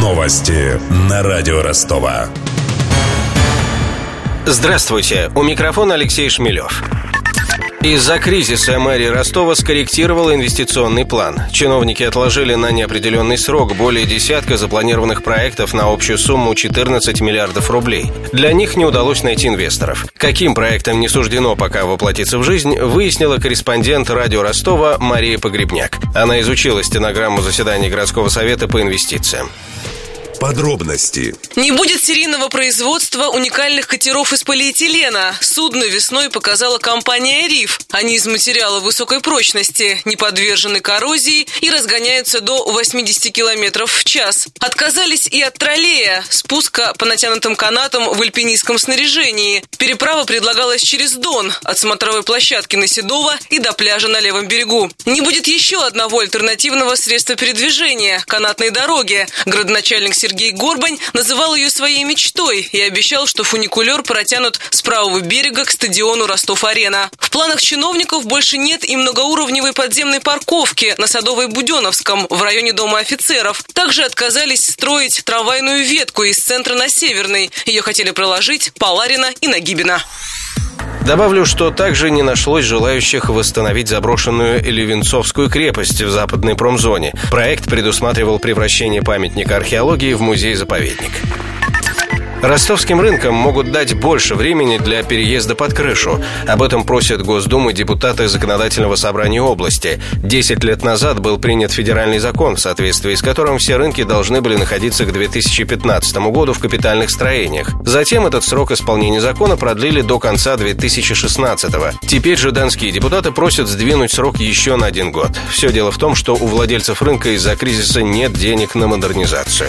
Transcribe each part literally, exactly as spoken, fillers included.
Новости на радио Ростова. Здравствуйте, у микрофона Алексей Шмелев. Из-за кризиса мэрия Ростова скорректировала инвестиционный план. Чиновники отложили на неопределенный срок более десятка запланированных проектов на общую сумму четырнадцать миллиардов рублей. Для них не удалось найти инвесторов. Каким проектам не суждено пока воплотиться в жизнь, выяснила корреспондент радио Ростова Мария Погребняк. Она изучила стенограмму заседания городского совета по инвестициям. Подробности. Не будет серийного производства уникальных катеров из полиэтилена. Судно весной показала компания «Риф». Они из материала высокой прочности, не подвержены коррозии и разгоняются до восемьдесят километров в час. Отказались и от троллея, спуска по натянутым канатам в альпинистском снаряжении. Переправа предлагалась через Дон, от смотровой площадки на Седово и до пляжа на левом берегу. Не будет еще одного альтернативного средства передвижения – канатной дороги. Градоначальник Сергей Сергей Горбань называл ее своей мечтой и обещал, что фуникулер протянут с правого берега к стадиону Ростов-Арена. В планах чиновников больше нет и многоуровневой подземной парковки на Садово-Буденновском в районе Дома офицеров. Также отказались строить трамвайную ветку из центра на Северный. Ее хотели проложить по Ларина и Нагибина. Добавлю, что также не нашлось желающих восстановить заброшенную Левенцовскую крепость в западной промзоне. Проект предусматривал превращение памятника археологии в музей-заповедник. Ростовским рынкам могут дать больше времени для переезда под крышу. Об этом просят Госдумы депутаты Законодательного собрания области. Десять лет назад был принят федеральный закон, в соответствии с которым все рынки должны были находиться к две тысячи пятнадцатому году в капитальных строениях. Затем этот срок исполнения закона продлили до конца две тысячи шестнадцатого. Теперь же донские депутаты просят сдвинуть срок еще на один год. Все дело в том, что у владельцев рынка из-за кризиса нет денег на модернизацию.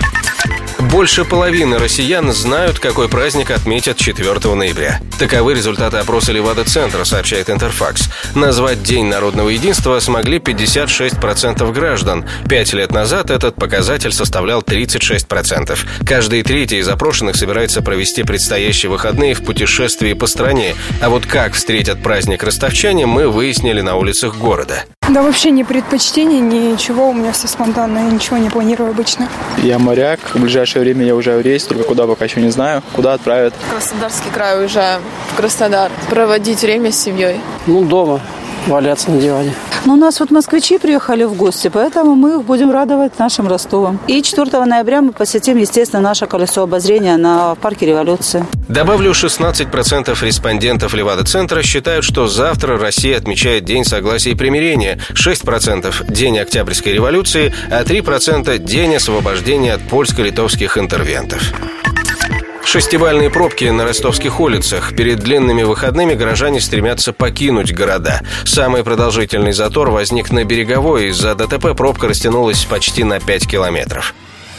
Больше половины россиян знают, какой праздник отметят четвёртого ноября. Таковы результаты опроса Левада-центра, сообщает Интерфакс. Назвать День народного единства смогли пятьдесят шесть процентов граждан. Пять лет назад этот показатель составлял тридцать шесть процентов. Каждый третий из опрошенных собирается провести предстоящие выходные в путешествии по стране. А вот как встретят праздник ростовчане, мы выяснили на улицах города. Да вообще ни предпочтений, ничего, у меня все спонтанно, я ничего не планирую обычно. Я моряк, в ближайшее время я уезжаю в рейс, только куда пока еще не знаю, куда отправят. В Краснодарский край уезжаем, в Краснодар, проводить время с семьей. Ну, дома. Валяться на диване. Ну, у нас вот москвичи приехали в гости, поэтому мы их будем радовать нашим Ростовом. И четвёртого ноября мы посетим, естественно, наше колесо обозрения на парке Революции. Добавлю, шестнадцать процентов респондентов Левада-центра считают, что завтра Россия отмечает День согласия и примирения, шесть процентов – День Октябрьской революции, а три процента – День освобождения от польско-литовских интервентов. Шестибалльные пробки на ростовских улицах. Перед длинными выходными горожане стремятся покинуть города. Самый продолжительный затор возник на Береговой. Из-за ДТП пробка растянулась почти на пять километров.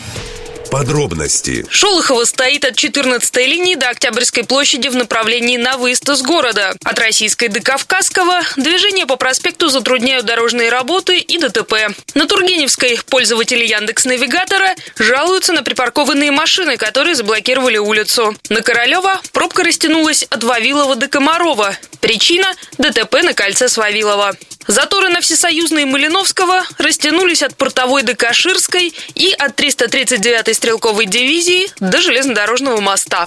Подробности. Шолохово стоит от четырнадцатой линии до Октябрьской площади в направлении на выезд из города. От Российской до Кавказского движение по проспекту затрудняют дорожные работы и ДТП. На Тургеневской пользователи Яндекс.Навигатора жалуются на припаркованные машины, которые заблокировали улицу. На Королева пробка растянулась от Вавилова до Комарова. Причина – ДТП на кольце с Вавилова. Заторы на Всесоюзной и Малиновского растянулись от Портовой до Каширской и от триста тридцать девятой стрелковой дивизии до железнодорожного моста.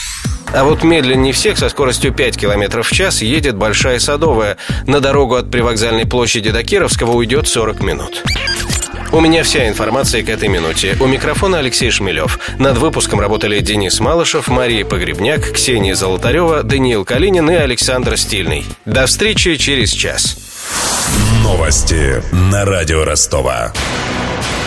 А вот медленнее всех со скоростью пять километров в час едет Большая Садовая. На дорогу от Привокзальной площади до Кировского уйдет сорок минут. У меня вся информация к этой минуте. У микрофона Алексей Шмелев. Над выпуском работали Денис Малышев, Мария Погребняк, Ксения Золотарева, Даниил Калинин и Александр Стильный. До встречи через час. Новости на радио Ростова.